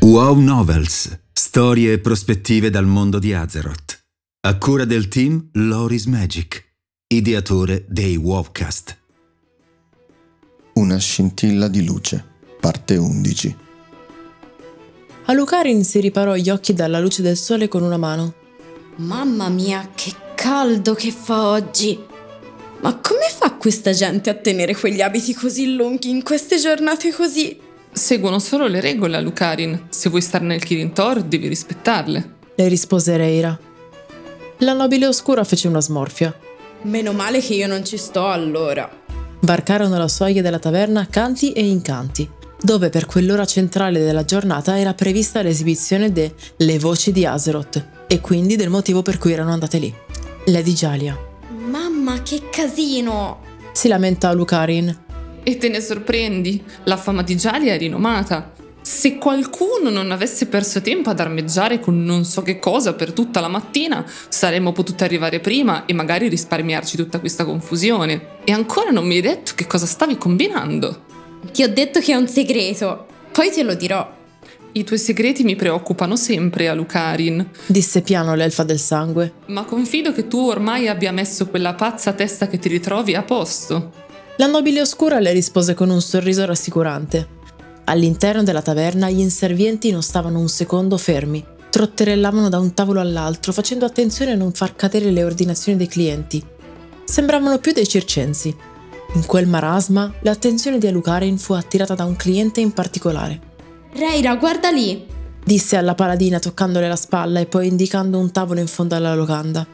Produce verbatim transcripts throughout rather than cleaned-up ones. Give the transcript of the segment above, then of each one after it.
Wow Novels, storie e prospettive dal mondo di Azeroth. A cura del team Loris Magic, ideatore dei Wowcast. Una scintilla di luce, parte undici. Alucard si riparò gli occhi dalla luce del sole con una mano. Mamma mia, che caldo che fa oggi! Ma come fa questa gente a tenere quegli abiti così lunghi in queste giornate così? Seguono solo le regole, Alucard. Se vuoi stare nel Kirin Tor, devi rispettarle. Le rispose Rhaeira. La nobile oscura fece una smorfia. Meno male che io non ci sto allora. Varcarono la soglia della taverna Canti e Incanti, dove per quell'ora centrale della giornata era prevista l'esibizione de Le Voci di Azeroth, e quindi del motivo per cui erano andate lì. Lady Jalia. Mamma, che casino! Si lamentò Alucard. E te ne sorprendi? La fama di Jalia è rinomata. Se qualcuno non avesse perso tempo ad armeggiare con non so che cosa per tutta la mattina, saremmo potuti arrivare prima e magari risparmiarci tutta questa confusione. E ancora non mi hai detto che cosa stavi combinando. Ti ho detto che è un segreto, poi te lo dirò. I tuoi segreti mi preoccupano sempre, Alucard, disse piano l'elfa del sangue. Ma confido che tu ormai abbia messo quella pazza testa che ti ritrovi a posto. La nobile oscura le rispose con un sorriso rassicurante. All'interno della taverna gli inservienti non stavano un secondo fermi. Trotterellavano da un tavolo all'altro, facendo attenzione a non far cadere le ordinazioni dei clienti. Sembravano più dei circensi. In quel marasma, l'attenzione di Alucard fu attirata da un cliente in particolare. Rhaeira, guarda lì! Disse alla paladina toccandole la spalla e poi indicando un tavolo in fondo alla locanda.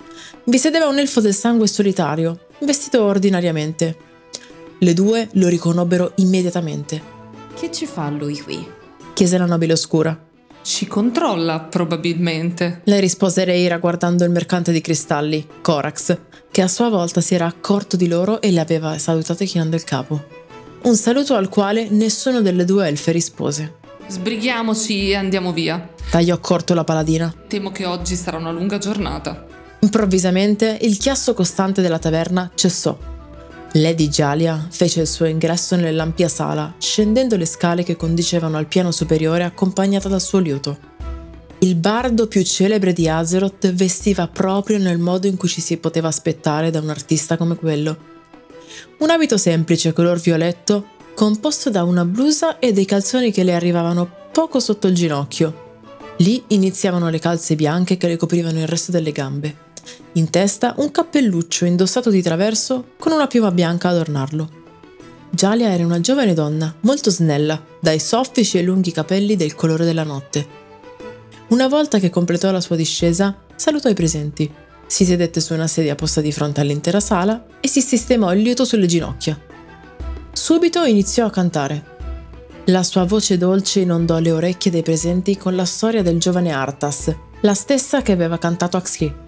Vi sedeva un elfo del sangue solitario, vestito ordinariamente. Le due lo riconobbero immediatamente. Che ci fa lui qui? Chiese la nobile oscura. Ci controlla, probabilmente. Le rispose Rhaeira guardando il mercante di cristalli, Corax, che a sua volta si era accorto di loro e le aveva salutate chinando il capo. Un saluto al quale nessuno delle due elfe rispose. Sbrighiamoci e andiamo via. Tagliò corto la paladina. Temo che oggi sarà una lunga giornata. Improvvisamente il chiasso costante della taverna cessò. Lady Jalia fece il suo ingresso nell'ampia sala, scendendo le scale che conducevano al piano superiore accompagnata dal suo liuto. Il bardo più celebre di Azeroth vestiva proprio nel modo in cui ci si poteva aspettare da un artista come quello. Un abito semplice color violetto, composto da una blusa e dei calzoni che le arrivavano poco sotto il ginocchio. Lì iniziavano le calze bianche che le coprivano il resto delle gambe. In testa un cappelluccio indossato di traverso con una piuma bianca ad ornarlo. Jalia era una giovane donna, molto snella, dai soffici e lunghi capelli del colore della notte. Una volta che completò la sua discesa, salutò i presenti, si sedette su una sedia posta di fronte all'intera sala e si sistemò il liuto sulle ginocchia. Subito iniziò a cantare. La sua voce dolce inondò le orecchie dei presenti con la storia del giovane Arthas, la stessa che aveva cantato a Xi.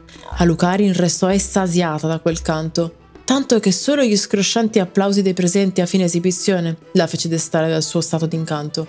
Alucard restò estasiata da quel canto, tanto che solo gli scroscianti applausi dei presenti a fine esibizione la fece destare dal suo stato d'incanto.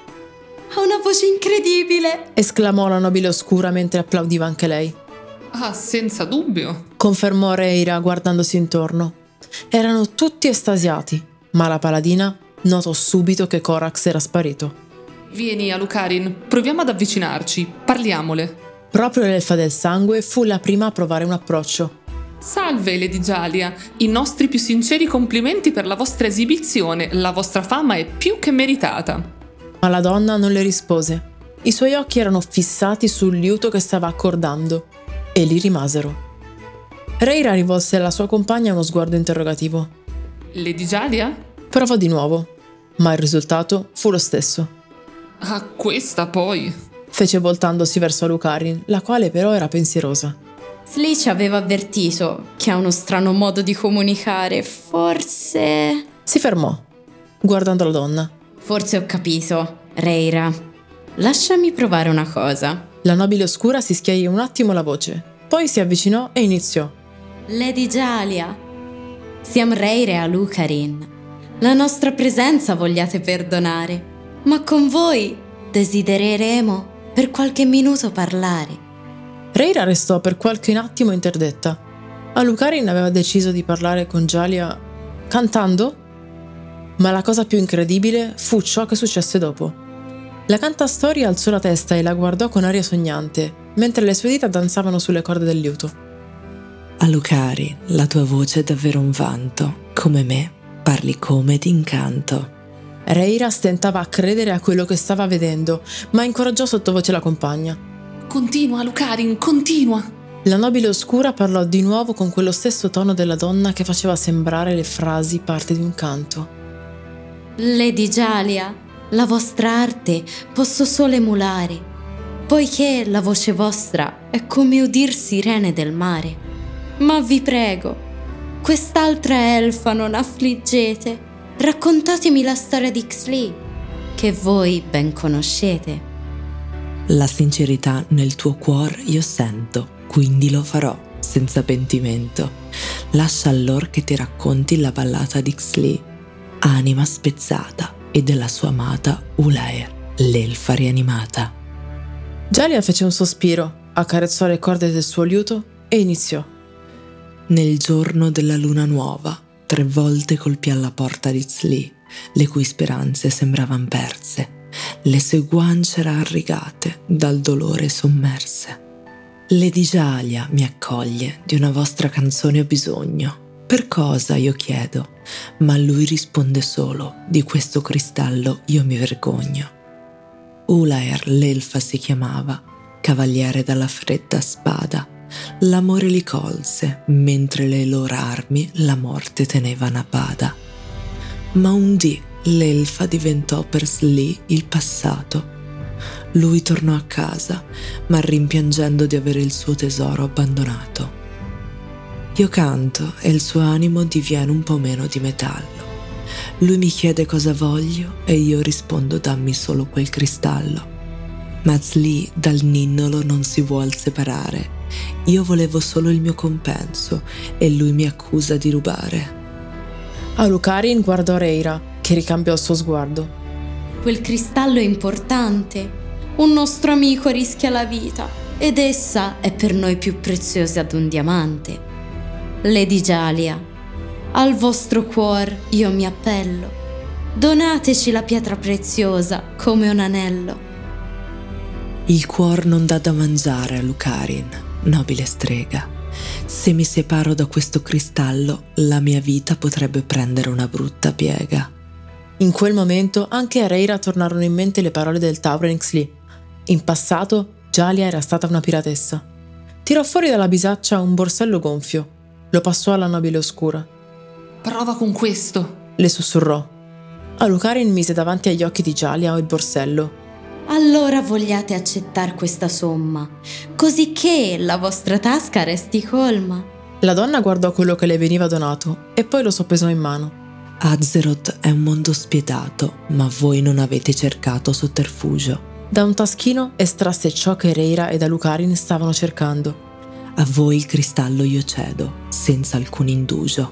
Ha una voce incredibile! Esclamò la nobile oscura mentre applaudiva anche lei. Ah, senza dubbio! Confermò Rhaeira guardandosi intorno. Erano tutti estasiati, ma la paladina notò subito che Corax era sparito. Vieni, Alucard, proviamo ad avvicinarci, parliamole. Proprio l'elfa del sangue fu la prima a provare un approccio. Salve, Lady Jalia, i nostri più sinceri complimenti per la vostra esibizione, la vostra fama è più che meritata. Ma la donna non le rispose. I suoi occhi erano fissati sul liuto che stava accordando, e lì rimasero. Rhaeira rivolse alla sua compagna uno sguardo interrogativo. Lady Jalia? Provò di nuovo, ma il risultato fu lo stesso. Ah, questa poi... fece voltandosi verso Alucard, la quale però era pensierosa. Slee ci aveva avvertito che ha uno strano modo di comunicare, forse... Si fermò, guardando la donna. Forse ho capito. Rhaeira, lasciami provare una cosa. La nobile oscura si schiarì un attimo la voce, poi si avvicinò e iniziò. Lady Jalia, siamo Rhaeira e Alucard. La nostra presenza vogliate perdonare, ma con voi desidereremo per qualche minuto parlare. Rhaeira restò per qualche attimo interdetta. Alucard aveva deciso di parlare con Jalia cantando? Ma la cosa più incredibile fu ciò che successe dopo. La cantastorie alzò la testa e la guardò con aria sognante, mentre le sue dita danzavano sulle corde del liuto. Alucard, la tua voce è davvero un vanto. Come me, parli come d'incanto. Rhaeira stentava a credere a quello che stava vedendo, ma incoraggiò sottovoce la compagna. Continua, Alucard, continua! La nobile oscura parlò di nuovo con quello stesso tono della donna che faceva sembrare le frasi parte di un canto. Lady Jalia, la vostra arte posso solo emulare, poiché la voce vostra è come udir sirene del mare. Ma vi prego, quest'altra elfa non affliggete, raccontatemi la storia di Ixaly, che voi ben conoscete. La sincerità nel tuo cuor io sento, quindi lo farò, senza pentimento. Lascia allor che ti racconti la ballata di Ixaly, anima spezzata, e della sua amata Ulaer, l'elfa rianimata. Jalia fece un sospiro, accarezzò le corde del suo liuto e iniziò. Nel giorno della luna nuova, tre volte colpì alla porta di Ixaly, le cui speranze sembravan perse, le sue guance rigate dal dolore sommerse. Lady Jalia mi accoglie, di una vostra canzone ho bisogno. Per cosa, io chiedo, ma lui risponde solo, di questo cristallo io mi vergogno. Ulaer, l'elfa si chiamava, cavaliere dalla fredda spada. L'amore li colse, mentre le loro armi la morte tenevano a bada. Ma un dì l'elfa diventò per Ixaly il passato. Lui tornò a casa, ma rimpiangendo di avere il suo tesoro abbandonato. Io canto e il suo animo diviene un po' meno di metallo. Lui mi chiede cosa voglio e io rispondo dammi solo quel cristallo. Ma Ixaly dal ninnolo non si vuol separare. Io volevo solo il mio compenso e lui mi accusa di rubare. Alucard guardò Rhaeira, che ricambiò il suo sguardo. Quel cristallo è importante. Un nostro amico rischia la vita ed essa è per noi più preziosa di un diamante. Lady Jalia, al vostro cuor io mi appello. Donateci la pietra preziosa come un anello. Il cuor non dà da mangiare a Lucarin, nobile strega. Se mi separo da questo cristallo, la mia vita potrebbe prendere una brutta piega. In quel momento anche a Rhaeira tornarono in mente le parole del Tauren Ixaly. In passato Jalia era stata una piratessa. Tirò fuori dalla bisaccia un borsello gonfio. Lo passò alla nobile oscura. Prova con questo, le sussurrò. Alucard mise davanti agli occhi di Jalia il borsello. Allora vogliate accettare questa somma, così che la vostra tasca resti colma. La donna guardò quello che le veniva donato e poi lo soppesò in mano. Azeroth è un mondo spietato, ma voi non avete cercato sotterfugio. Da un taschino estrasse ciò che Rhaeira ed Alucard stavano cercando. A voi il cristallo io cedo, senza alcun indugio.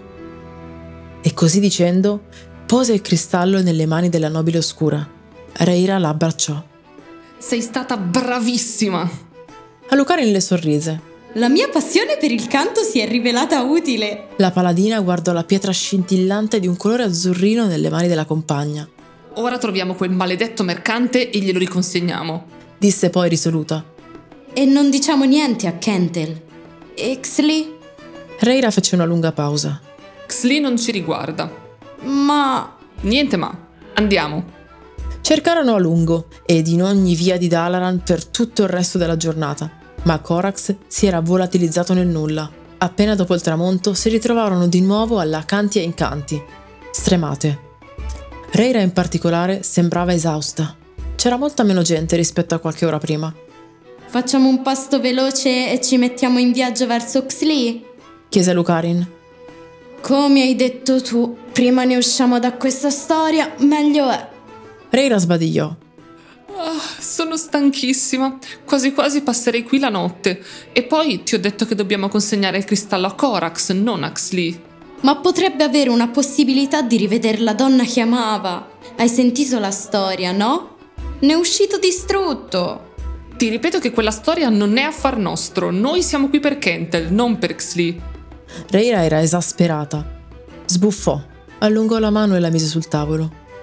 E così dicendo, pose il cristallo nelle mani della nobile oscura. Rhaeira la abbracciò. Sei stata bravissima! Alucard le sorrise. La mia passione per il canto si è rivelata utile. La paladina guardò la pietra scintillante di un colore azzurrino nelle mani della compagna. Ora troviamo quel maledetto mercante e glielo riconsegniamo, disse poi risoluta. E non diciamo niente a Kentel. Ixaly? Rhaeira fece una lunga pausa. Ixaly non ci riguarda. Ma... Niente ma, andiamo. Cercarono a lungo ed in ogni via di Dalaran per tutto il resto della giornata, ma Corax si era volatilizzato nel nulla. Appena dopo il tramonto si ritrovarono di nuovo alla Canti e Incanti, stremate. Rhaeira in particolare sembrava esausta. C'era molta meno gente rispetto a qualche ora prima. Facciamo un pasto veloce e ci mettiamo in viaggio verso Ixaly? Chiese Alucard. Come hai detto tu, prima ne usciamo da questa storia, meglio è. Rhaeira sbadigliò. Oh, sono stanchissima, quasi quasi passerei qui la notte. E poi ti ho detto che dobbiamo consegnare il cristallo a Corax, non a Ixaly. Ma potrebbe avere una possibilità di rivedere la donna che amava. Hai sentito la storia, no? Ne è uscito distrutto. Ti ripeto che quella storia non è affar nostro. Noi siamo qui per Kentel, non per Ixaly. Rhaeira era esasperata. Sbuffò, allungò la mano e la mise sul tavolo.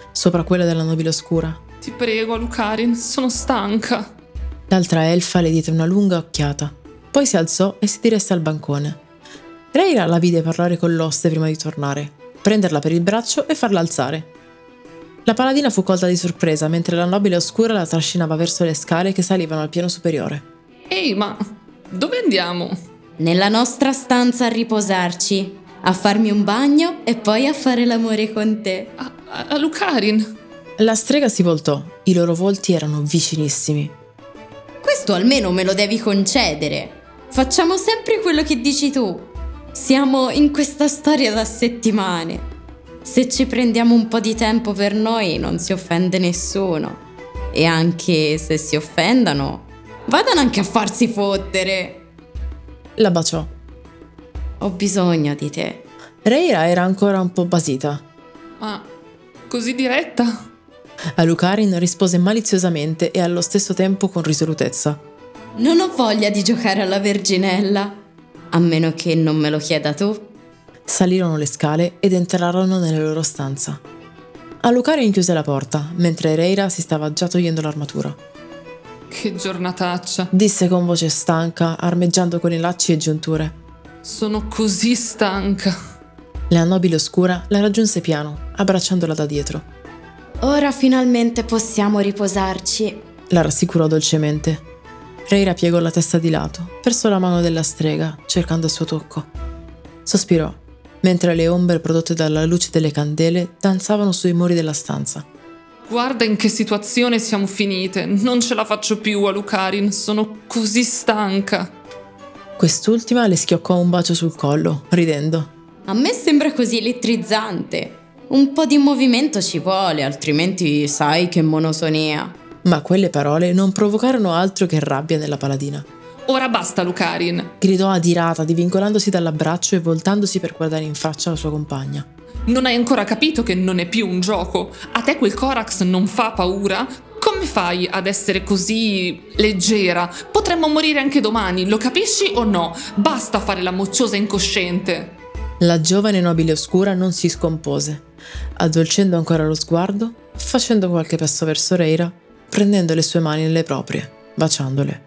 sopra quella della nobile oscura. Ti prego, Alucarin, sono stanca. L'altra elfa le diede una lunga occhiata, poi si alzò e si diresse al bancone. Rhaeira la vide parlare con l'oste prima di tornare, prenderla per il braccio e farla alzare. La paladina fu colta di sorpresa mentre la nobile oscura la trascinava verso le scale che salivano al piano superiore. Ehi, ma dove andiamo? Nella nostra stanza a riposarci, a farmi un bagno e poi a fare l'amore con te. A, a, a Alucarin. La strega si voltò, i loro volti erano vicinissimi. Questo almeno me lo devi concedere. Facciamo sempre quello che dici tu. Siamo in questa storia da settimane. Se ci prendiamo un po' di tempo per noi non si offende nessuno. E anche se si offendano, vadano anche a farsi fottere. La baciò. Ho bisogno di te. Rhaeira era ancora un po' basita. Ma così diretta? Alucarin rispose maliziosamente e allo stesso tempo con risolutezza. Non ho voglia di giocare alla verginella, a meno che non me lo chieda tu. Salirono le scale ed entrarono nella loro stanza. Alucarin chiuse la porta, mentre Rhaeira si stava già togliendo l'armatura. Che giornataccia. Disse con voce stanca, armeggiando con i lacci e giunture. Sono così stanca. La nobile oscura la raggiunse piano, abbracciandola da dietro. Ora finalmente possiamo riposarci. La rassicurò dolcemente. Rhaeira piegò la testa di lato, versò la mano della strega, cercando il suo tocco. Sospirò, mentre le ombre prodotte dalla luce delle candele danzavano sui muri della stanza. Guarda in che situazione siamo finite. Non ce la faccio più, Alucarin. Sono così stanca. Quest'ultima le schioccò un bacio sul collo, ridendo. A me sembra così elettrizzante. Un po' di movimento ci vuole, altrimenti sai che monotonia. Ma quelle parole non provocarono altro che rabbia nella paladina. Ora basta, Alucarin. Gridò adirata, divincolandosi dall'abbraccio e voltandosi per guardare in faccia la sua compagna. Non hai ancora capito che non è più un gioco? A te quel Corax non fa paura? Come fai ad essere così leggera? Potremmo morire anche domani, lo capisci o no? Basta fare la mocciosa incosciente. La giovane nobile oscura non si scompose, addolcendo ancora lo sguardo, facendo qualche passo verso Rhaeira, prendendo le sue mani nelle proprie, baciandole.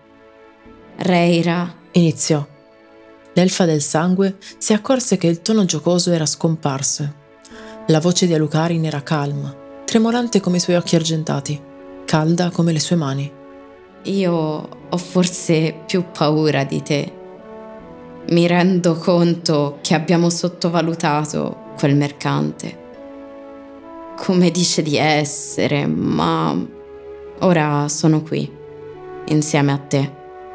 Rhaeira, iniziò. L'elfa del sangue si accorse che il tono giocoso era scomparso. La voce di Alucarin era calma, tremolante come i suoi occhi argentati, calda come le sue mani. Io ho forse più paura di te. Mi rendo conto che abbiamo sottovalutato quel mercante. Come dice di essere, ma ora sono qui, insieme a te.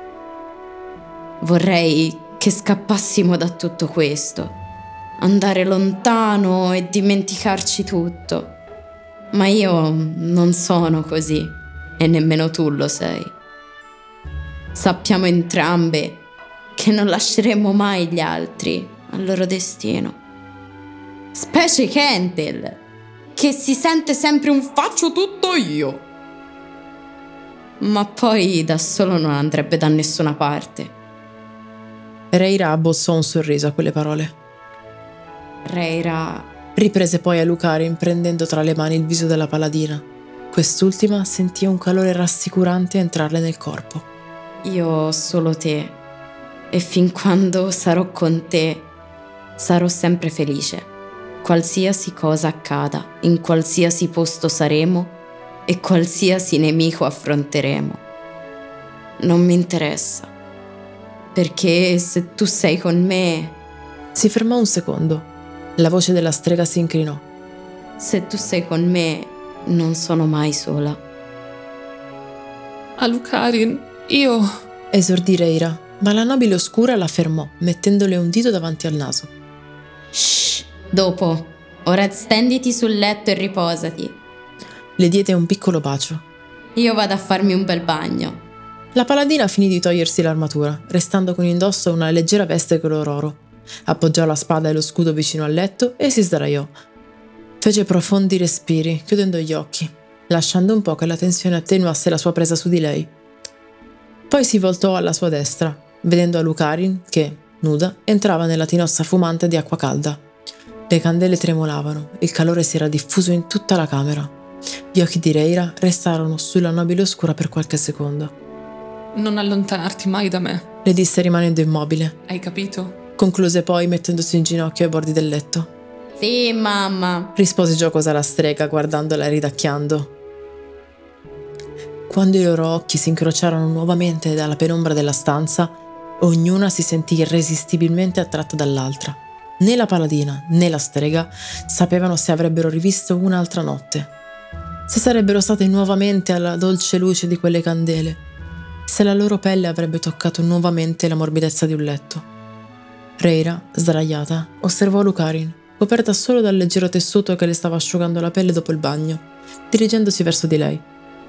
Vorrei che scappassimo da tutto questo, andare lontano e dimenticarci tutto. Ma io non sono così, e nemmeno tu lo sei. Sappiamo entrambe che non lasceremo mai gli altri al loro destino. Specie Kentel, che si sente sempre un faccio tutto io. Ma poi da solo non andrebbe da nessuna parte. Rhaeira abbozzò un sorriso a quelle parole. Rhaeira, riprese poi Alucarin prendendo tra le mani il viso della paladina. Quest'ultima sentì un calore rassicurante entrarle nel corpo. io ho solo te. E fin quando sarò con te, sarò sempre felice. Qualsiasi cosa accada, in qualsiasi posto saremo e qualsiasi nemico affronteremo. Non mi interessa, perché se tu sei con me... Si fermò un secondo. La voce della strega si inclinò. Se tu sei con me, non sono mai sola. Alucarin, io... Esordì Rhaeira, ma la nobile oscura la fermò, mettendole un dito davanti al naso. Shh, dopo. Ora stenditi sul letto e riposati. Le diede un piccolo bacio. Io vado a farmi un bel bagno. La paladina finì di togliersi l'armatura, restando con indosso una leggera veste color oro. Appoggiò la spada e lo scudo vicino al letto e si sdraiò. Fece profondi respiri, chiudendo gli occhi, lasciando un po' che la tensione attenuasse la sua presa su di lei. Poi si voltò alla sua destra, vedendo Alucarin che, nuda, entrava nella tinozza fumante di acqua calda. Le candele tremolavano, il calore si era diffuso in tutta la camera. Gli occhi di Rhaeira restarono sulla nobile oscura per qualche secondo. Non allontanarti mai da me, Le disse rimanendo immobile. hai capito? Concluse poi mettendosi in ginocchio ai bordi del letto. Sì, mamma. Rispose giocosa la strega guardandola e ridacchiando. Quando i loro occhi si incrociarono nuovamente dalla penombra della stanza, ognuna si sentì irresistibilmente attratta dall'altra. Né la paladina né la strega sapevano se avrebbero rivisto un'altra notte, se sarebbero state nuovamente alla dolce luce di quelle candele, se la loro pelle avrebbe toccato nuovamente la morbidezza di un letto. Rhaeira, sdraiata, osservò Lucarin, coperta solo dal leggero tessuto che le stava asciugando la pelle dopo il bagno, dirigendosi verso di lei.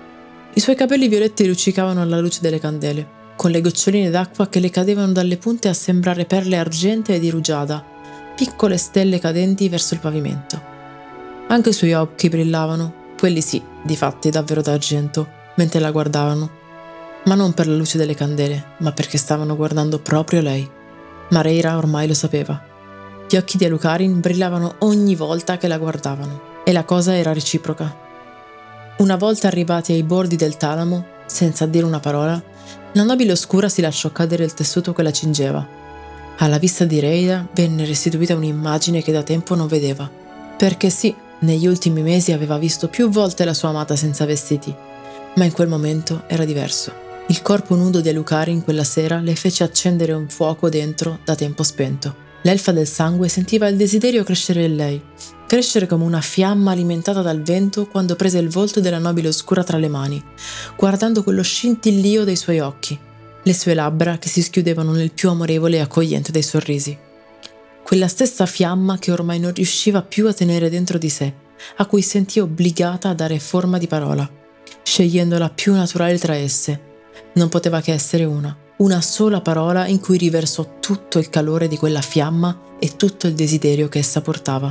I suoi capelli violetti luccicavano alla luce delle candele, con le goccioline d'acqua che le cadevano dalle punte a sembrare perle argentee di rugiada, piccole stelle cadenti verso il pavimento. Anche i suoi occhi brillavano, quelli sì, difatti davvero d'argento, mentre la guardavano, ma non per la luce delle candele, ma perché stavano guardando proprio lei. Ma Rhaeira ormai lo sapeva. Gli occhi di Alucarin brillavano ogni volta che la guardavano, e la cosa era reciproca. Una volta arrivati ai bordi del talamo, senza dire una parola, la nobile oscura si lasciò cadere il tessuto che la cingeva. Alla vista di Rhaeira venne restituita un'immagine che da tempo non vedeva, perché sì, negli ultimi mesi aveva visto più volte la sua amata senza vestiti, ma in quel momento era diverso. Il corpo nudo di Alucarin quella sera le fece accendere un fuoco dentro da tempo spento. L'elfa del sangue sentiva il desiderio crescere in lei, crescere come una fiamma alimentata dal vento quando prese il volto della nobile oscura tra le mani, guardando quello scintillio dei suoi occhi, le sue labbra che si schiudevano nel più amorevole e accogliente dei sorrisi. Quella stessa fiamma che ormai non riusciva più a tenere dentro di sé, a cui sentì obbligata a dare forma di parola, scegliendo la più naturale tra esse. Non poteva che essere una, una sola parola in cui riversò tutto il calore di quella fiamma e tutto il desiderio che essa portava.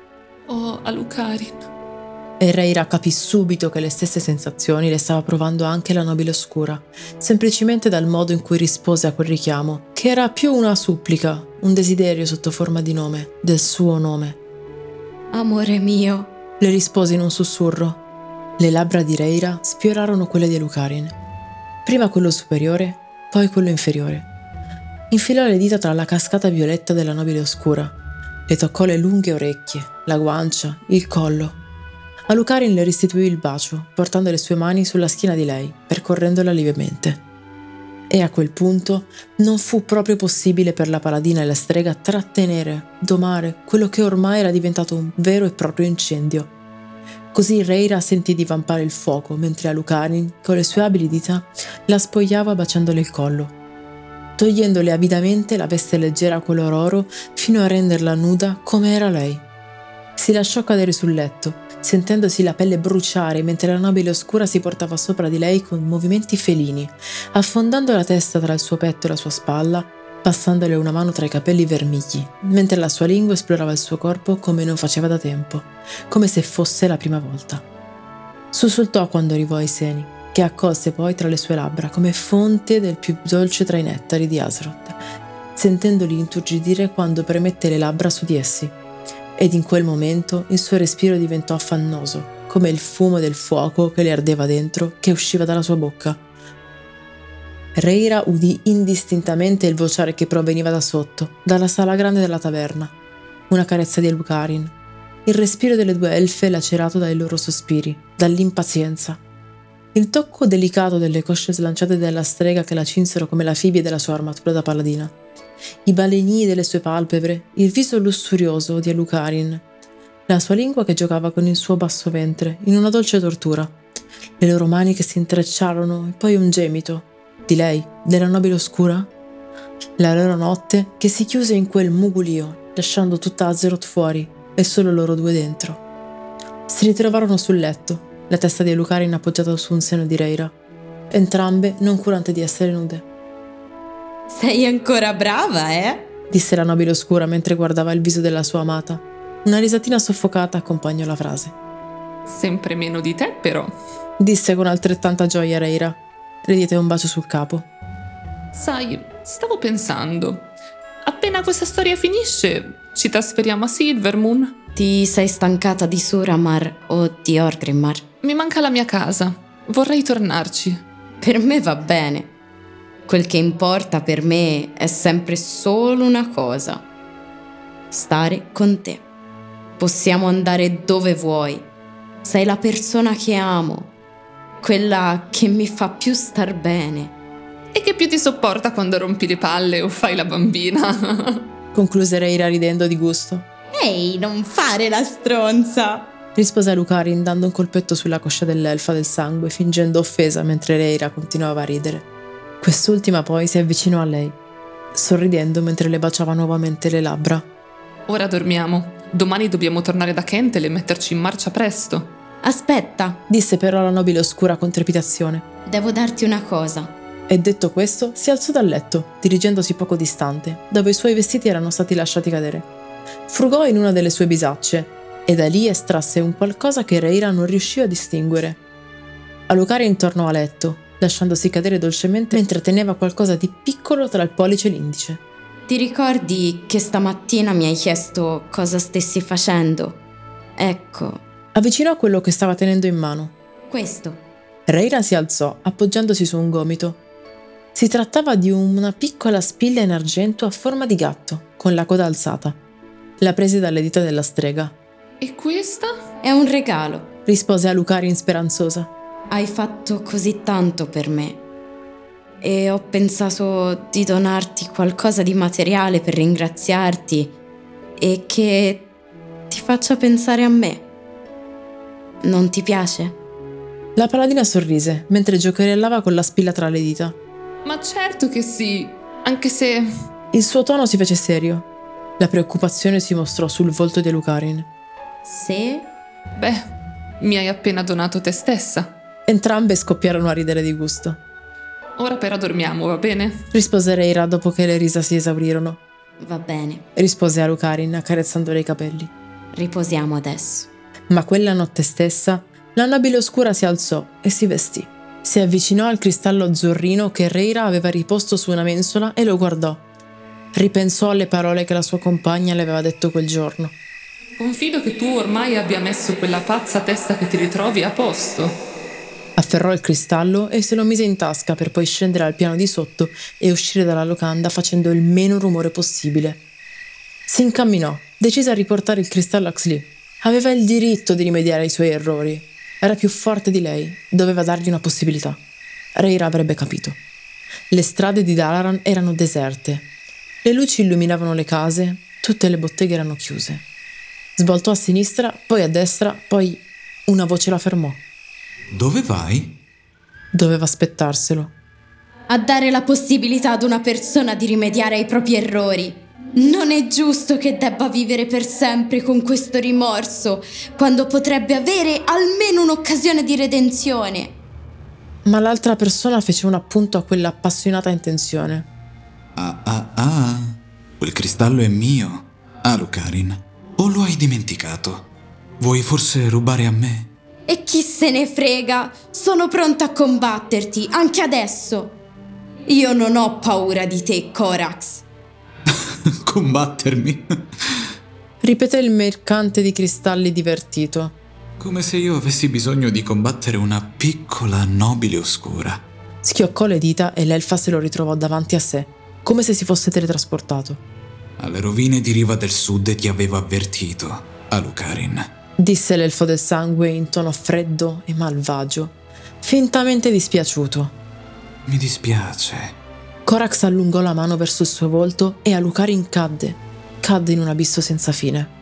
Oh, Alucarin. E Rhaeira capì subito che le stesse sensazioni le stava provando anche la nobile oscura, semplicemente dal modo in cui rispose a quel richiamo, che era più una supplica, un desiderio sotto forma di nome, del suo nome. Amore mio. Le rispose in un sussurro. Le labbra di Rhaeira sfiorarono quelle di Alucarin. Prima quello superiore, poi quello inferiore. Infilò le dita tra la cascata violetta della nobile oscura. Le toccò le lunghe orecchie, la guancia, il collo. Alucarin le restituì il bacio, portando le sue mani sulla schiena di lei, percorrendola lievemente. E a quel punto non fu proprio possibile per la paladina e la strega trattenere, domare, quello che ormai era diventato un vero e proprio incendio. Così Rhaeira sentì divampare il fuoco, mentre Alucarin, con le sue abili dita, la spogliava baciandole il collo, togliendole avidamente la veste leggera color oro fino a renderla nuda come era lei. Si lasciò cadere sul letto, sentendosi la pelle bruciare mentre la nobile oscura si portava sopra di lei con movimenti felini, affondando la testa tra il suo petto e la sua spalla, passandole una mano tra i capelli vermigli, mentre la sua lingua esplorava il suo corpo come non faceva da tempo, come se fosse la prima volta. Sussultò quando arrivò ai seni, che accolse poi tra le sue labbra come fonte del più dolce tra i nettari di Azeroth, sentendoli inturgidire quando premette le labbra su di essi. Ed in quel momento il suo respiro diventò affannoso, come il fumo del fuoco che le ardeva dentro, che usciva dalla sua bocca. Rhaeira udì indistintamente il vociare che proveniva da sotto, dalla sala grande della taverna. Una carezza di Alucarin. Il respiro delle due elfe lacerato dai loro sospiri, dall'impazienza. Il tocco delicato delle cosce slanciate dalla strega che la cinsero come la fibbia della sua armatura da paladina. I balenii delle sue palpebre, il viso lussurioso di Alucarin, la sua lingua che giocava con il suo basso ventre in una dolce tortura, le loro mani che si intrecciarono e poi un gemito. Di lei, della nobile oscura? La loro notte che si chiuse in quel mugulio, lasciando tutta Azeroth fuori e solo loro due dentro. Si ritrovarono sul letto, la testa di Alucarin appoggiata su un seno di Rhaeira, entrambe non curante di essere nude. Sei ancora brava, eh? Disse la nobile oscura mentre guardava il viso della sua amata. Una risatina soffocata accompagnò la frase. Sempre meno di te, però. Disse con altrettanta gioia Rhaeira. Le diede un bacio sul capo. Sai, stavo pensando. Appena questa storia finisce, ci trasferiamo a Silvermoon? Ti sei stancata di Suramar o di Orgrimmar? Mi manca la mia casa. Vorrei tornarci. Per me va bene. Quel che importa per me è sempre solo una cosa: stare con te. Possiamo andare dove vuoi. Sei la persona che amo, quella che mi fa più star bene. E che più ti sopporta quando rompi le palle o fai la bambina. Concluse Rhaeira ridendo di gusto. Ehi, non fare la stronza! Rispose Alucarin dando un colpetto sulla coscia dell'elfa del sangue, fingendo offesa mentre Rhaeira continuava a ridere. Quest'ultima poi si avvicinò a lei, sorridendo mentre le baciava nuovamente le labbra. Ora dormiamo. Domani dobbiamo tornare da Kentel e metterci in marcia presto. Aspetta, disse però la nobile oscura con trepidazione. devo darti una cosa. E detto questo, si alzò dal letto, dirigendosi poco distante, dove i suoi vestiti erano stati lasciati cadere. Frugò in una delle sue bisacce, e da lì estrasse un qualcosa che Rhaeira non riuscì a distinguere. Alucarin tornò a letto, lasciandosi cadere dolcemente mentre teneva qualcosa di piccolo tra il pollice e l'indice. Ti ricordi che stamattina mi hai chiesto cosa stessi facendo? Ecco, Avvicinò quello che stava tenendo in mano. questo. Rhaeira si alzò, appoggiandosi su un gomito. Si trattava di una piccola spilla in argento a forma di gatto, con la coda alzata. La prese dalle dita della strega. E questa? È un regalo. Rispose Alucarin speranzosa. Hai fatto così tanto per me. E ho pensato di donarti qualcosa di materiale per ringraziarti e che ti faccia pensare a me. Non ti piace? La paladina sorrise, mentre giocherellava con la spilla tra le dita. Ma certo che sì, anche se... Il suo tono si fece serio. La preoccupazione si mostrò sul volto di Alucarin. Se? Beh, mi hai appena donato te stessa. Entrambe scoppiarono a ridere di gusto. Ora però dormiamo, va bene? Rispose Rhaeira dopo che le risa si esaurirono. Va bene, Rispose Alucarin accarezzandole i capelli. riposiamo adesso. Ma quella notte stessa, la nobile oscura si alzò e si vestì. Si avvicinò al cristallo azzurrino che Rhaeira aveva riposto su una mensola e lo guardò. Ripensò alle parole che la sua compagna le aveva detto quel giorno. Confido che tu ormai abbia messo quella pazza testa che ti ritrovi a posto. Afferrò il cristallo e se lo mise in tasca per poi scendere al piano di sotto e uscire dalla locanda facendo il meno rumore possibile. Si incamminò, decisa a riportare il cristallo a Xli. Aveva il diritto di rimediare ai suoi errori. Era più forte di lei, doveva dargli una possibilità. Rhaeira avrebbe capito. Le strade di Dalaran erano deserte. Le luci illuminavano le case, tutte le botteghe erano chiuse. Svoltò a sinistra, poi a destra, poi una voce la fermò. Dove vai? Doveva aspettarselo. A dare la possibilità ad una persona di rimediare ai propri errori. Non è giusto che debba vivere per sempre con questo rimorso, quando potrebbe avere almeno un'occasione di redenzione. Ma l'altra persona fece un appunto a quella appassionata intenzione. Ah, ah, ah. Quel cristallo è mio. Alucarin. O lo hai dimenticato? Vuoi forse rubare a me? E chi se ne frega? Sono pronta a combatterti, anche adesso. Io non ho paura di te, Corax. Combattermi? Ripeté il mercante di cristalli divertito. Come se io avessi bisogno di combattere una piccola nobile oscura. Schioccò le dita e l'elfa se lo ritrovò davanti a sé, come se si fosse teletrasportato. Alle rovine di Riva del Sud ti avevo avvertito, Alucarin. Disse l'elfo del sangue in tono freddo e malvagio, fintamente dispiaciuto. Mi dispiace. Corax allungò la mano verso il suo volto e Alucarin cadde, cadde in un abisso senza fine.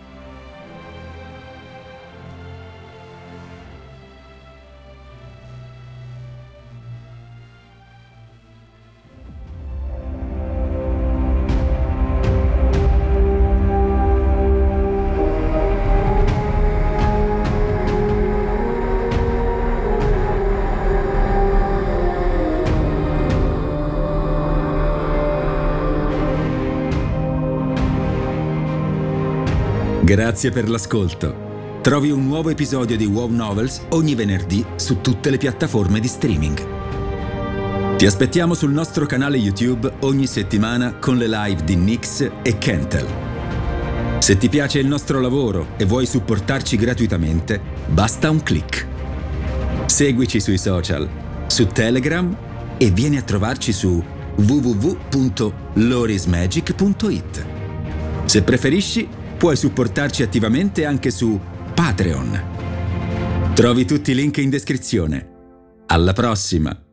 Grazie per l'ascolto. Trovi un nuovo episodio di WoW Novels ogni venerdì su tutte le piattaforme di streaming. Ti aspettiamo sul nostro canale YouTube ogni settimana con le live di Nyx e Kentel. Se ti piace il nostro lavoro e vuoi supportarci gratuitamente, basta un click. Seguici sui social, su Telegram e vieni a trovarci su w w w punto lorismagic punto i t. Se preferisci, puoi supportarci attivamente anche su Patreon. Trovi tutti i link in descrizione. Alla prossima!